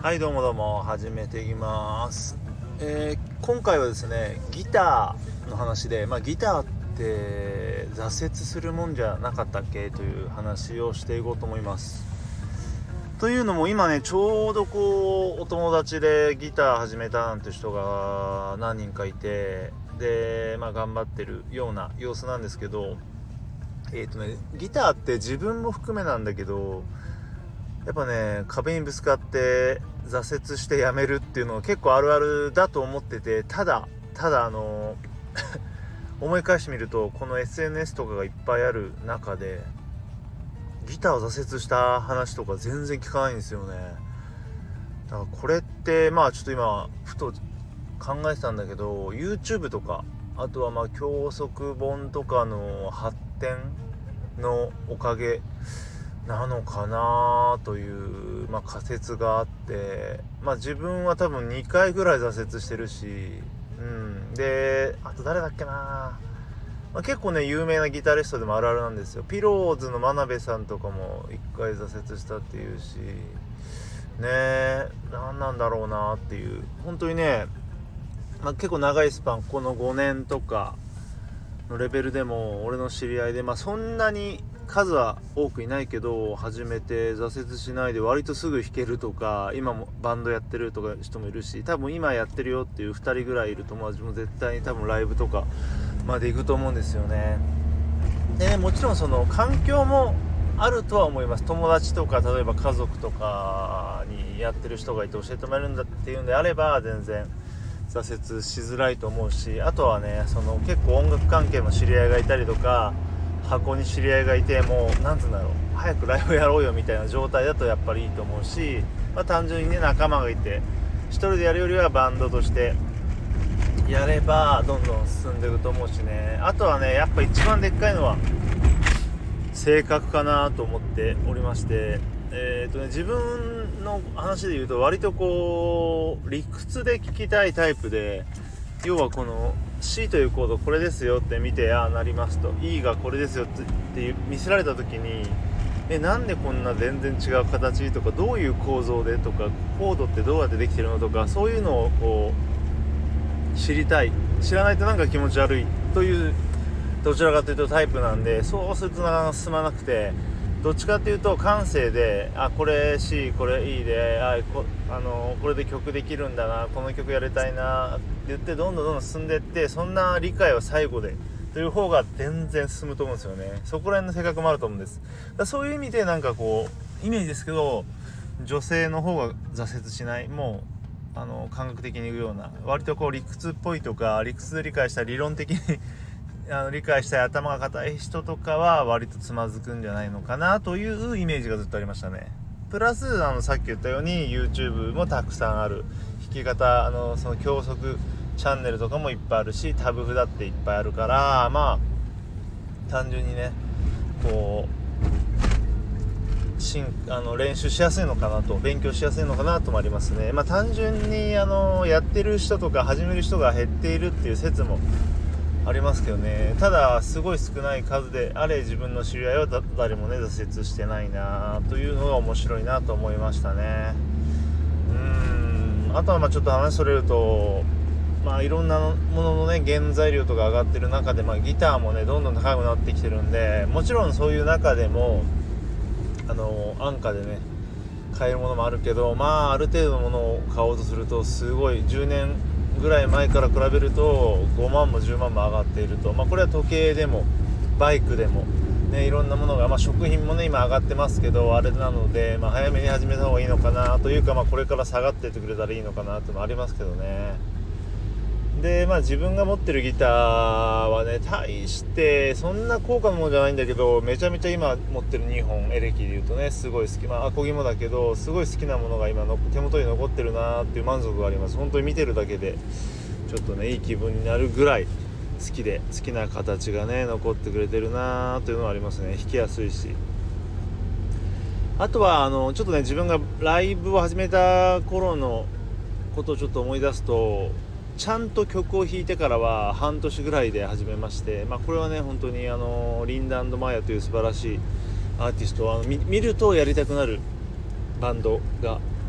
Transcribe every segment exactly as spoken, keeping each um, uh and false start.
はいどうもどうも始めていきます、えー、今回はですねギターの話で、まあ、ギターって挫折するもんじゃなかったっけという話をしていこうと思います。というのも今ねちょうどこうお友達でギター始めたなんて人が何人かいて、で、まあ、頑張ってるような様子なんですけど、えーとねギターって自分も含めなんだけどやっぱね壁にぶつかって挫折してやめるっていうのは結構あるあるだと思ってて、ただただあの思い返してみるとこの エスエヌエス とかがいっぱいある中でギターを挫折した話とか全然聞かないんですよね。だからこれってまあちょっと今ふと考えてたんだけど YouTube とかあとはまあ教則本とかの発展のおかげなのかなという、まあ、仮説があって、まあ、自分は多分にかいぐらい挫折してるし、うん、であと誰だっけな、まあ、結構ね有名なギタリストでもあるあるなんですよ。ピローズの真鍋さんとかもいっかい挫折したっていうしねえ、何なんだろうなっていう、本当にね、まあ、結構長いスパンこのごねんとかのレベルでも俺の知り合いで、まあ、そんなに数は多くいないけど始めて挫折しないで割とすぐ弾けるとか今もバンドやってるとか人もいるし、多分今やってるよっていうふたりぐらいいる友達も絶対に多分ライブとかまで行くと思うんですよね。でね、もちろんその環境もあるとは思います。友達とか例えば家族とかにやってる人がいて教えてもらえるんだっていうんであれば全然挫折しづらいと思うし、あとはねその結構音楽関係の知り合いがいたりとか箱に知り合いがいてもうなんつうんだろう早くライブやろうよみたいな状態だとやっぱりいいと思うし、まあ、単純にね仲間がいて一人でやるよりはバンドとしてやればどんどん進んでいくと思うしね。あとはねやっぱ一番でっかいのは性格かなと思っておりまして、えーとね、自分の話で言うと割とこう理屈で聞きたいタイプで、要はこの C というコードこれですよって見てああなりますと E がこれですよって見せられた時にえなんでこんな全然違う形とかどういう構造でとかコードってどうやってできてるのとかそういうのをこう知りたい、知らないとなんか気持ち悪いというどちらかというとタイプなんで、そうするとなかなか進まなくて、どっちかというと感性であこれ C これ E であこあのこれで曲できるんだなこの曲やりたいなって言ってどんどんどんどん進んでいって、そんな理解は最後でという方が全然進むと思うんですよね。そこら辺の性格もあると思うんです。だそういう意味でなんかこうイメージですけど女性の方が挫折しない、もうあの感覚的に言うような割とこう理屈っぽいとか理屈で理解した理論的にあの理解したい頭が固い人とかは割とつまずくんじゃないのかなというイメージがずっとありましたね。プラスあのさっき言ったように YouTube もたくさんある、弾き方あのその教則チャンネルとかもいっぱいあるしタブ譜だっていっぱいあるから、まあ単純にねこうしんあの練習しやすいのかなと、勉強しやすいのかなともありますね。まあ単純にあのやってる人とか始める人が減っているっていう説もありますけどね。ただすごい少ない数であれ自分の知り合いは誰もね挫折してないなというのが面白いなと思いましたね。うーんあとはまあちょっと話それると、まあいろんなもののね原材料とか上がってる中で、まあギターもねどんどん高くなってきてるんで、もちろんそういう中でもあの安価でね買えるものもあるけど、まあある程度のものを買おうとするとすごいじゅうねんぐらい前から比べるとごまんもじゅうまんも上がっていると、まあ、これは時計でもバイクでも、ね、いろんなものが、まあ、食品もね今上がってますけどあれなので、まあ、早めに始めた方がいいのかなというか、まあ、これから下がっていってくれたらいいのかなというのもありますけどね。でまあ自分が持ってるギターはね大してそんな高価なものじゃないんだけど、めちゃめちゃ今持ってるにほんエレキで言うとねすごい好き、まあアコギもだけどすごい好きなものが今の手元に残ってるなっていう満足があります。本当に見てるだけでちょっとねいい気分になるぐらい好きで、好きな形がね残ってくれてるなというのはありますね。弾きやすいし、あとはあのちょっとね自分がライブを始めた頃のことをちょっと思い出すと、ちゃんと曲を弾いてからは半年ぐらいで始めまして、まあ、これはね本当にあのリンダ&マヤという素晴らしいアーティストをあの 見, 見るとやりたくなるバンドが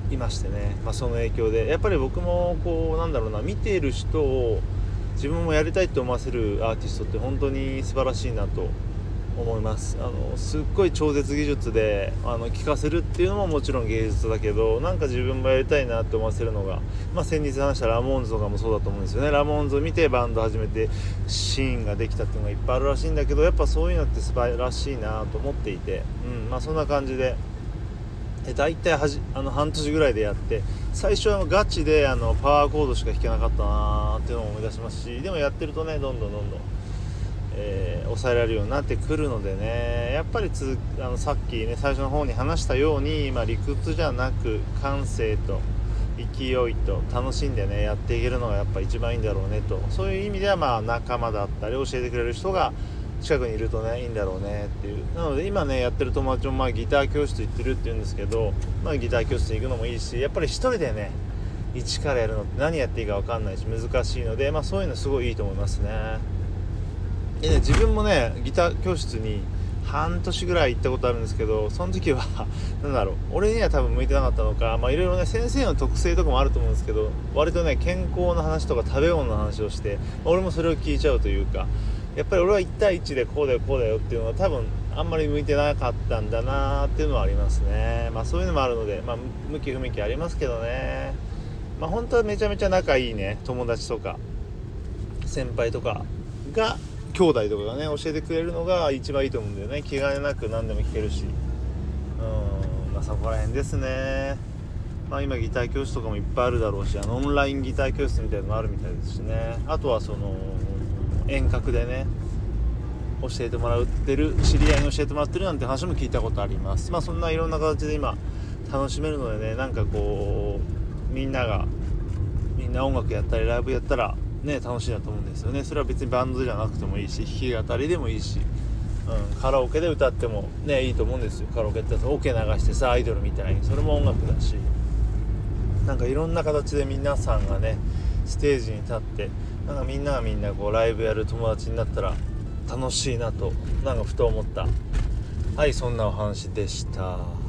いましてね、まあ、その影響でやっぱり僕もこうなんだろうな見ている人を自分もやりたいと思わせるアーティストって本当に素晴らしいなと思います。あのすっごい超絶技術であの聴かせるっていうのももちろん芸術だけど、なんか自分もやりたいなって思わせるのが、まあ、先日話したラモーンズとかもそうだと思うんですよね。ラモーンズを見てバンド始めてシーンができたっていうのがいっぱいあるらしいんだけど、やっぱそういうのって素晴らしいなと思っていて、うんまあ、そんな感じでえ大体はじあの半年ぐらいでやって、最初はガチであのパワーコードしか弾けなかったなーっていうのを思い出しますし、でもやってるとねどんどんどんどん、えー、抑えられるようになってくるのでね、やっぱりつあのさっきね最初の方に話したように、まあ、理屈じゃなく感性と勢いと楽しんでねやっていけるのがやっぱ一番いいんだろうねと、そういう意味ではまあ仲間だったり教えてくれる人が近くにいるとねいいんだろうねっていう。なので今ねやってる友達もまあギター教室行ってるって言うんですけど、まあ、ギター教室に行くのもいいし、やっぱり一人でね一からやるのって何やっていいか分かんないし難しいので、まあ、そういうのすごいいいと思いますね。でね自分もねギター教室に半年ぐらい行ったことあるんですけど、その時はなんだろう俺には多分向いてなかったのか、まあいろいろね先生の特性とかもあると思うんですけど、割とね健康の話とか食べ物の話をして、まあ、俺もそれを聞いちゃうというか、やっぱり俺はいち対いちでこうだよこうだよっていうのは多分あんまり向いてなかったんだなっていうのはありますね。まあそういうのもあるので、まあ向き不向きありますけどね。まあ本当はめちゃめちゃ仲いいね友達とか先輩とかが兄弟とかがね教えてくれるのが一番いいと思うんだよね。気兼ねなく何でも聞けるし、うんまあそこら辺ですね。まあ今ギター教室とかもいっぱいあるだろうし、あのオンラインギター教室みたいなのもあるみたいですしね。あとはその遠隔でね教えてもらってる知り合いに教えてもらってるなんて話も聞いたことあります。まあそんないろんな形で今楽しめるのでね、なんかこうみんながみんな音楽やったりライブやったらね楽しいなと思うんですよね。それは別にバンドじゃなくてもいいし弾き語りでもいいし、うん、カラオケで歌ってもねいいと思うんですよ。カラオケってオケ流してさアイドルみたいにそれも音楽だし、なんかいろんな形で皆さんがねステージに立ってなんかみんながみんなこうライブやる友達になったら楽しいなとなんかふと思った。はい、そんなお話でした。